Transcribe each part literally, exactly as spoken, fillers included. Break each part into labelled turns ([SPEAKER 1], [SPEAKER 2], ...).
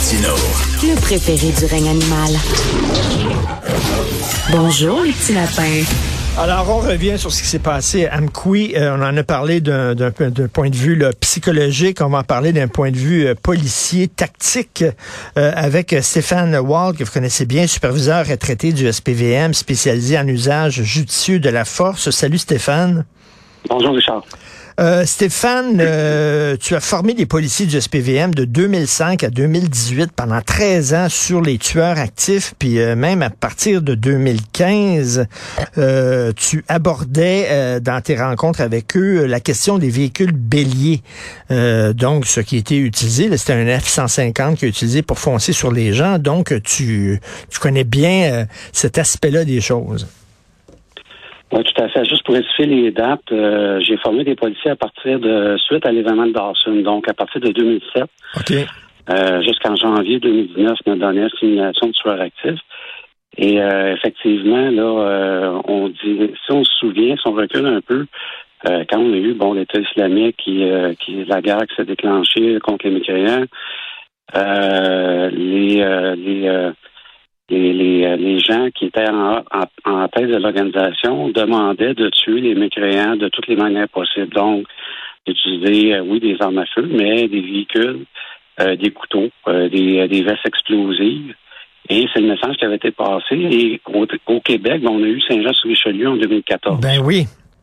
[SPEAKER 1] Martineau.
[SPEAKER 2] Le préféré du règne animal. Bonjour, les petits lapins.
[SPEAKER 3] Alors, on revient sur ce qui s'est passé à Amqui. Euh, on en a parlé d'un, d'un, d'un point de vue là, psychologique. On va en parler d'un point de vue euh, policier, tactique, euh, avec Stéphane Wald, que vous connaissez bien, superviseur retraité du S P V M, spécialisé en usage judicieux de la force. Salut Stéphane.
[SPEAKER 4] Bonjour Richard.
[SPEAKER 3] Euh, Stéphane, euh, tu as formé des policiers du S P V M de deux mille cinq à deux mille dix-huit pendant treize ans sur les tueurs actifs, puis euh, même à partir de deux mille quinze, euh, tu abordais euh, dans tes rencontres avec eux la question des véhicules béliers. Euh, donc, ce qui était utilisé, là, c'était un F cent cinquante qui est utilisé pour foncer sur les gens. Donc, tu, tu connais bien euh, cet aspect-là des choses.
[SPEAKER 4] Oui, tout à fait. Juste pour rectifier les dates, euh, j'ai formé des policiers à partir de suite à l'événement de Dawson, donc à partir de deux mille sept.
[SPEAKER 3] OK.
[SPEAKER 4] Euh, jusqu'en janvier deux mille dix-neuf, notre dernière simulation de tueurs actifs. Et euh, effectivement, là, euh, on dit, si on se souvient, si on recule un peu, euh, quand on a eu bon l'État islamique, qui, euh, qui la guerre qui s'est déclenchée contre les mécréants, euh, les euh, les euh, Les, les, les gens qui étaient en, en, en tête de l'organisation demandaient de tuer les mécréants de toutes les manières possibles. Donc, d'utiliser, euh, oui, des armes à feu, mais des véhicules, euh, des couteaux, euh, des, des vestes explosives. Et c'est le message qui avait été passé. Et au, au Québec, on a eu Saint-Jean-sur-Richelieu en deux mille quatorze.
[SPEAKER 3] Ben oui.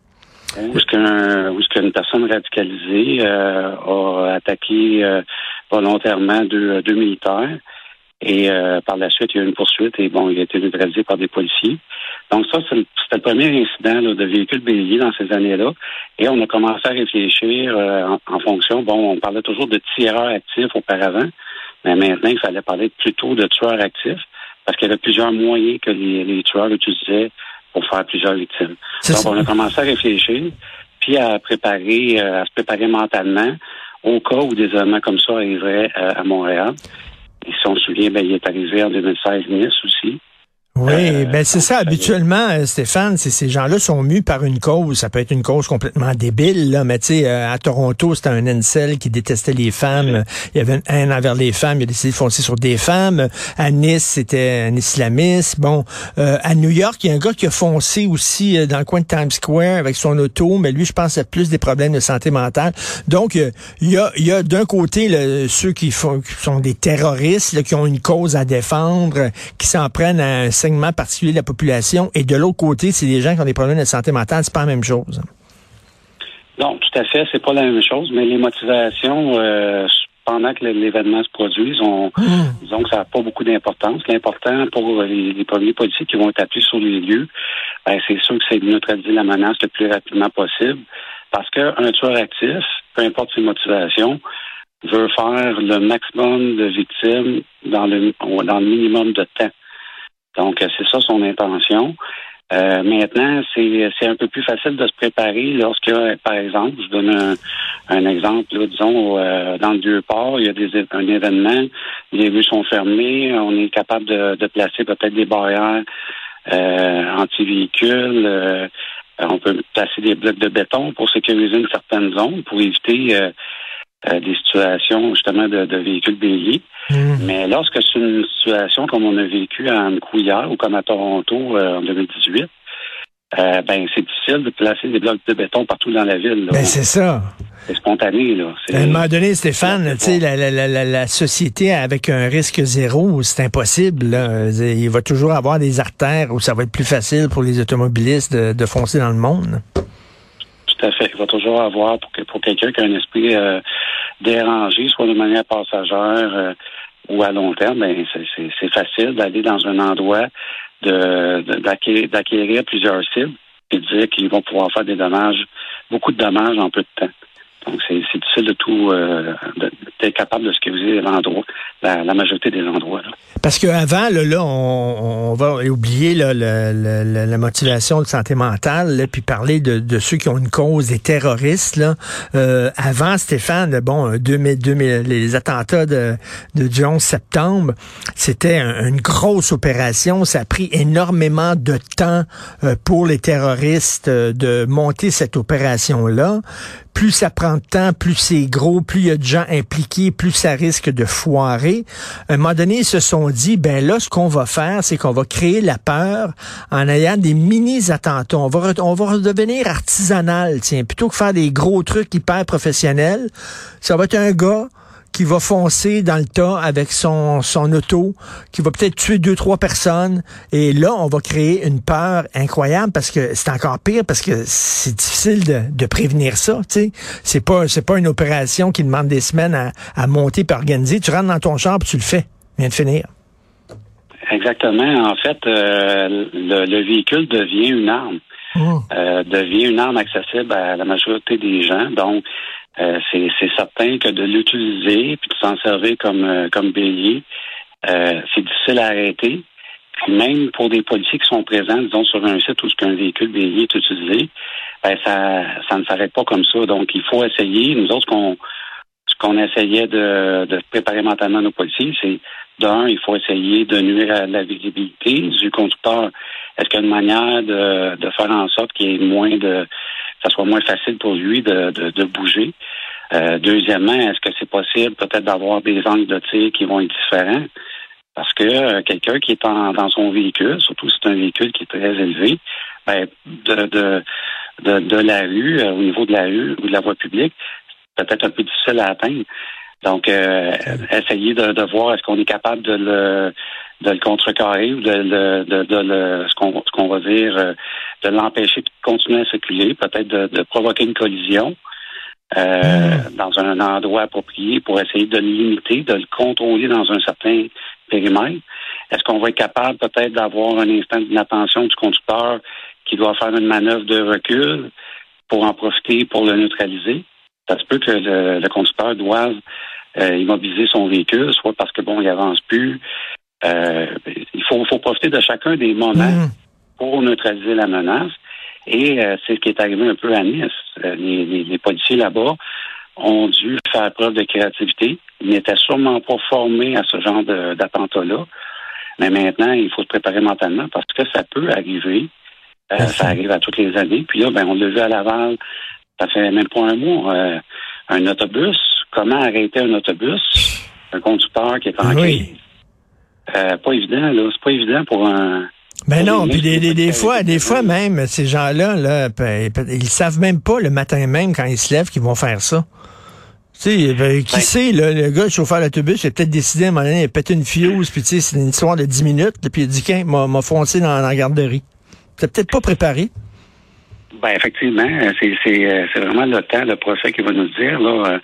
[SPEAKER 4] Où est-ce qu'un, où est-ce qu'une personne radicalisée euh, a attaqué euh, volontairement deux, deux militaires. Et euh, par la suite, il y a eu une poursuite et bon, il a été neutralisé par des policiers. Donc ça, c'est le, c'était le premier incident là, de véhicules béliers dans ces années-là. Et on a commencé à réfléchir euh, en, en fonction, bon, on parlait toujours de tireurs actifs auparavant, mais maintenant, il fallait parler plutôt de tueurs actifs parce qu'il y avait plusieurs moyens que les, les tueurs utilisaient pour faire plusieurs victimes. C'est Donc, ça. On a commencé à réfléchir, puis à préparer, euh, à se préparer mentalement au cas où des événements comme ça arriveraient euh, à Montréal. Et si on se souvient, ben, il est arrivé en deux mille seize Nice aussi.
[SPEAKER 3] Oui,
[SPEAKER 4] euh,
[SPEAKER 3] ben c'est ça. Habituellement, euh, Stéphane, c'est, ces gens-là sont mus par une cause. Ça peut être une cause complètement débile, là, mais tu sais, euh, à Toronto, c'était un incel qui détestait les femmes. Oui. Il y avait une haine envers les femmes. Il a décidé de foncer sur des femmes. À Nice, c'était un islamiste. Bon, euh, à New York, il y a un gars qui a foncé aussi euh, dans le coin de Times Square avec son auto, mais lui, je pense, a plus des problèmes de santé mentale. Donc, euh, il y a, il y a d'un côté là, ceux qui, font, qui sont des terroristes, là, qui ont une cause à défendre, qui s'en prennent à un segment particulier de la population, et de l'autre côté, c'est des gens qui ont des problèmes de santé mentale, c'est pas la même chose.
[SPEAKER 4] Non, tout à fait, c'est pas la même chose, mais les motivations, euh, pendant que l'événement se produise, on, mmh. disons que ça n'a pas beaucoup d'importance. L'important pour les, les premiers policiers qui vont être appelés sur les lieux, ben, c'est sûr que c'est de neutraliser la menace le plus rapidement possible, parce qu'un tueur actif, peu importe ses motivations, veut faire le maximum de victimes dans le, dans le minimum de temps. Donc, c'est ça son intention. Euh, maintenant, c'est, c'est un peu plus facile de se préparer lorsque, par exemple, je donne un, un exemple, là, disons, euh, dans le Vieux-Port, il y a des, un événement, les rues sont fermées, on est capable de, de placer peut-être des barrières euh, anti-véhicules, euh, on peut placer des blocs de béton pour sécuriser une certaine zone, pour éviter euh, euh, des situations, justement, de, de véhicules béliers. Mmh. Mais lorsque c'est une situation comme on a vécu à Amqui hier ou comme à Toronto euh, en deux mille dix-huit, euh, ben c'est difficile de placer des blocs de béton partout dans la ville. Là.
[SPEAKER 3] Ben c'est ça.
[SPEAKER 4] C'est spontané, là. C'est...
[SPEAKER 3] À un moment donné, Stéphane, tu sais, la, la, la, la société avec un risque zéro, c'est impossible. Là. Il va toujours avoir des artères où ça va être plus facile pour les automobilistes de, de foncer dans le monde.
[SPEAKER 4] Tout à fait. Il va toujours avoir, pour, que, pour quelqu'un qui a un esprit euh, dérangé, soit de manière passagère euh, ou à long terme, ben c'est, c'est, c'est facile d'aller dans un endroit, de, de d'acquérir, d'acquérir plusieurs cibles et de dire qu'ils vont pouvoir faire des dommages, beaucoup de dommages en peu de temps. Donc, c'est, c'est difficile de tout, euh, de, d'être capable de sécuriser l'endroit, la, la majorité des endroits. Là.
[SPEAKER 3] Parce qu'avant, là, là on, on va oublier là, le, le, la motivation de santé mentale, là, puis parler de, de ceux qui ont une cause, des terroristes. Là. Euh, avant, Stéphane, bon, deux mille, deux mille, les attentats de, de, du onze septembre, c'était un, une grosse opération. Ça a pris énormément de temps euh, pour les terroristes euh, de monter cette opération-là. Plus ça prend de temps, plus c'est gros, plus il y a de gens impliqués compliqué, plus ça risque de foirer. À un moment donné, ils se sont dit, ben là, ce qu'on va faire, c'est qu'on va créer la peur en ayant des mini-attentats. On va, on va redevenir artisanal, tiens, plutôt que faire des gros trucs hyper professionnels. Ça va être un gars qui va foncer dans le tas avec son, son auto, qui va peut-être tuer deux, trois personnes. Et là, on va créer une peur incroyable parce que c'est encore pire parce que c'est difficile de, de prévenir ça, tu sais. C'est pas, c'est pas une opération qui demande des semaines à, à monter et organiser. Tu rentres dans ton char et tu le fais. Vient de finir.
[SPEAKER 4] Exactement. En fait, euh, le, le véhicule devient une arme. Oh. Euh, devient une arme accessible à la majorité des gens. Donc, Euh, c'est, c'est certain que de l'utiliser puis de s'en servir comme euh, comme bélier, euh, c'est difficile à arrêter. Puis même pour des policiers qui sont présents, disons, sur un site où un véhicule bélier est utilisé, ben ça ça ne s'arrête pas comme ça. Donc, il faut essayer. Nous autres, ce qu'on, ce qu'on essayait de, de préparer mentalement nos policiers, c'est d'un, il faut essayer de nuire à la visibilité du conducteur. Est-ce qu'il y a une manière de, de faire en sorte qu'il y ait moins de ça soit moins facile pour lui de, de, de bouger. Euh, deuxièmement, est-ce que c'est possible peut-être d'avoir des angles de tir qui vont être différents? Parce que euh, quelqu'un qui est en, dans son véhicule, surtout si c'est un véhicule qui est très élevé, ben, de, de, de, de la rue, euh, au niveau de la rue ou de la voie publique, c'est peut-être un peu difficile à atteindre. Donc, euh, essayer de, de voir est-ce qu'on est capable de le de le contrecarrer ou de, de, de, de le ce qu'on ce qu'on va dire euh, de l'empêcher de continuer à circuler, peut-être de, de provoquer une collision euh, mmh. dans un endroit approprié pour essayer de le limiter, de le contrôler dans un certain périmètre. Est-ce qu'on va être capable peut-être d'avoir un instant d'inattention du conducteur qui doit faire une manœuvre de recul pour en profiter pour le neutraliser? Ça se peut que le, le conducteur doive euh, immobiliser son véhicule, soit parce que bon, il avance plus. Euh, il faut, faut profiter de chacun des moments mmh. pour neutraliser la menace. Et euh, c'est ce qui est arrivé un peu à Nice. Euh, les, les, les policiers là-bas ont dû faire preuve de créativité. Ils n'étaient sûrement pas formés à ce genre de, d'attentat-là. Mais maintenant, il faut se préparer mentalement parce que ça peut arriver. Euh, ça arrive à toutes les années. Puis là, ben, on l'a vu à Laval, ça fait même pas un mois. Euh, un autobus, comment arrêter un autobus? Un conducteur qui est en
[SPEAKER 3] oui.
[SPEAKER 4] crise. Euh, pas évident, là. C'est pas évident pour un...
[SPEAKER 3] Ben non, puis des, des, des fois, des fois même, ces gens-là, là, ils savent même pas le matin même quand ils se lèvent qu'ils vont faire ça. Tu sais, ben, qui ben, sait, là, le gars, le chauffeur d'autobus, il a peut-être décidé à un moment donné, il a pété une fuse, puis tu sais, c'est une histoire de dix minutes, puis il a dit qu'un m'a, m'a foncé dans, dans la garderie. T'as peut-être pas préparé.
[SPEAKER 4] Ben effectivement, c'est, c'est, c'est vraiment le temps, le procès qui va nous le dire, là.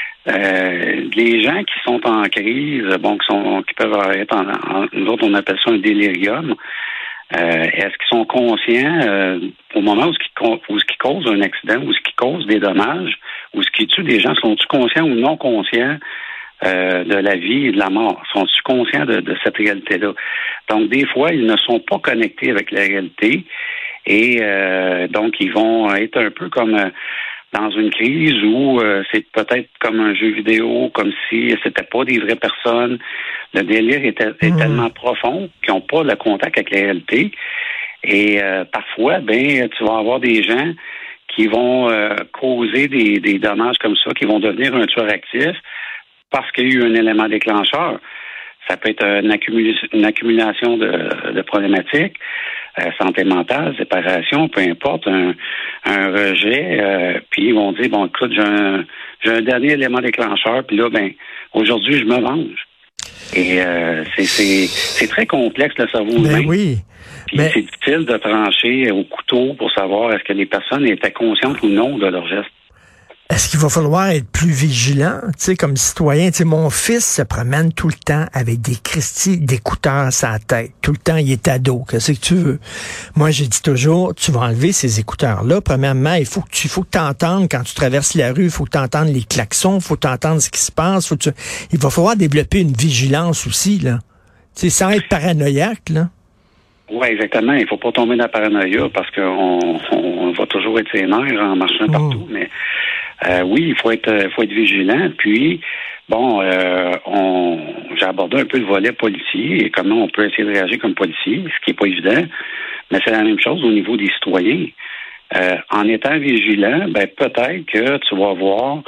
[SPEAKER 4] Euh, les gens qui sont en crise, bon, qui sont, qui peuvent être en, en nous autres, on appelle ça un délirium. Euh, est-ce qu'ils sont conscients euh, au moment où ce qui où ce qui cause un accident, où ce qui cause des dommages, où ce qui tue des gens, sont-ils conscients ou non conscients euh, de la vie et de la mort? Sont-ils conscients de, de cette réalité-là? Donc, des fois, ils ne sont pas connectés avec la réalité et euh, donc ils vont être un peu comme euh, dans une crise où euh, c'est peut-être comme un jeu vidéo, comme si c'était pas des vraies personnes. Le délire est, est mmh. tellement profond qu'ils n'ont pas le contact avec la réalité. Et euh, parfois, ben, tu vas avoir des gens qui vont euh, causer des, des dommages comme ça, qui vont devenir un tueur actif parce qu'il y a eu un élément déclencheur. Ça peut être une, accumul- une accumulation de, de problématiques, euh, santé mentale, séparation, peu importe, un, un rejet. Euh, puis ils vont dire, bon, écoute, j'ai un, j'ai un dernier élément déclencheur, puis là, ben, aujourd'hui, je me venge. Et euh, c'est, c'est, c'est très complexe, le cerveau humain.
[SPEAKER 3] Ben oui.
[SPEAKER 4] Puis
[SPEAKER 3] ben...
[SPEAKER 4] c'est difficile de trancher au couteau pour savoir est-ce que les personnes étaient conscientes ou non de leur geste.
[SPEAKER 3] Est-ce qu'il va falloir être plus vigilant, tu sais, comme citoyen? Tu sais, mon fils se promène tout le temps avec des cristis d'écouteurs sur la tête. Tout le temps, il est ado. Qu'est-ce que tu veux? Moi, j'ai dit toujours, tu vas enlever ces écouteurs-là. Premièrement, il faut que tu, il faut que t'entendes quand tu traverses la rue, il faut que t'entendes les klaxons, il faut que t'entendes ce qui se passe. Faut que tu... Il va falloir développer une vigilance aussi, là. Tu sais, sans être paranoïaque, là.
[SPEAKER 4] Oui, exactement. Il faut pas tomber dans la paranoïa parce qu'on on va toujours être ses nerfs en marchant
[SPEAKER 3] oh.
[SPEAKER 4] partout, mais Euh, oui, il faut être, faut être vigilant. Puis, bon, euh, on, j'ai abordé un peu le volet policier et comment on peut essayer de réagir comme policier, ce qui n'est pas évident. Mais c'est la même chose au niveau des citoyens. Euh, en étant vigilant, ben peut-être que tu vas voir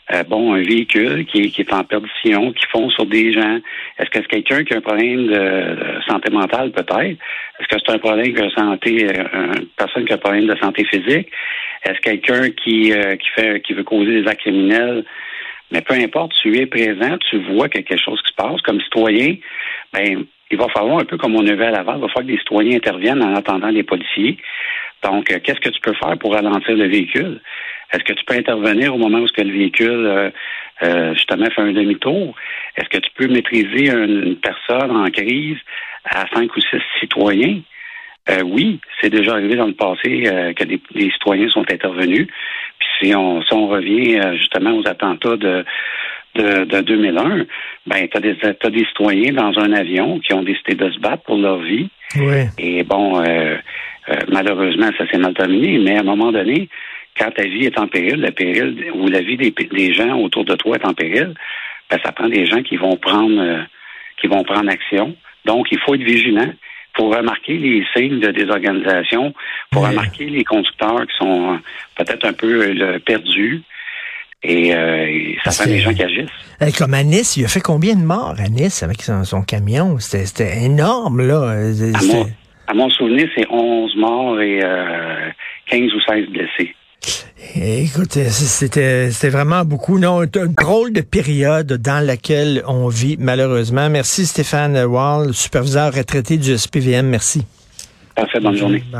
[SPEAKER 4] euh, bon, un véhicule qui est, qui est en perdition, qui fonce sur des gens. Est-ce que c'est quelqu'un qui a un problème de, de santé mentale, peut-être? Est-ce que c'est un problème de santé, euh, une personne qui a un problème de santé physique? Est-ce quelqu'un qui, euh, qui fait, qui veut causer des actes criminels? Mais peu importe, tu es présent, tu vois quelque chose qui se passe. Comme citoyen, ben, il va falloir un peu comme on a vu à Laval, il va falloir que les citoyens interviennent en attendant les policiers. Donc, euh, qu'est-ce que tu peux faire pour ralentir le véhicule? Est-ce que tu peux intervenir au moment où ce que le véhicule, euh, euh, justement, fait un demi-tour? Est-ce que tu peux maîtriser une, une personne en crise à cinq ou six citoyens? Euh, oui, c'est déjà arrivé dans le passé euh, que des, des citoyens sont intervenus. Puis si on, si on revient euh, justement aux attentats de de, de deux mille un, ben t'as des t'as des citoyens dans un avion qui ont décidé de se battre pour leur vie.
[SPEAKER 3] Oui.
[SPEAKER 4] Et bon, euh, euh, malheureusement, ça s'est mal terminé. Mais à un moment donné, quand ta vie est en péril, le péril ou la vie des, des gens autour de toi est en péril, ben ça prend des gens qui vont prendre euh, qui vont prendre action. Donc, il faut être vigilant. Il faut remarquer les signes de désorganisation. Il faut oui. remarquer les conducteurs qui sont euh, peut-être un peu euh, perdus. Et, euh, et ça prend des gens qui agissent.
[SPEAKER 3] Euh, comme à Nice, il a fait combien de morts à Nice avec son, son camion? C'était, c'était énorme, là.
[SPEAKER 4] À mon, à mon souvenir, c'est onze morts et euh, quinze ou seize blessés.
[SPEAKER 3] Écoute, c'était, c'était vraiment beaucoup. Non, une drôle de période dans laquelle on vit, malheureusement. Merci Stéphane Wall, superviseur retraité du S P V M. Merci.
[SPEAKER 4] Parfait, bonne journée. Bye.